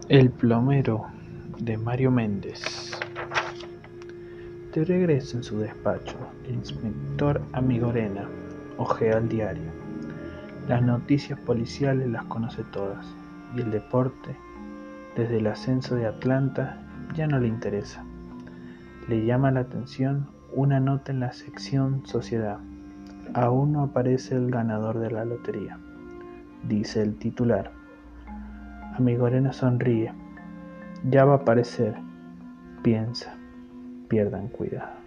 El plomero, de Mario Méndez. De regreso en su despacho, el inspector Amigorena hojea el diario. Las noticias policiales las conoce todas, y el deporte, desde el ascenso de Atlanta, ya no le interesa. Le llama la atención una nota en la sección Sociedad. Aún no aparece el ganador de la lotería, dice el titular. Amigorena sonríe. Ya va a aparecer, piensa. Pierdan cuidado.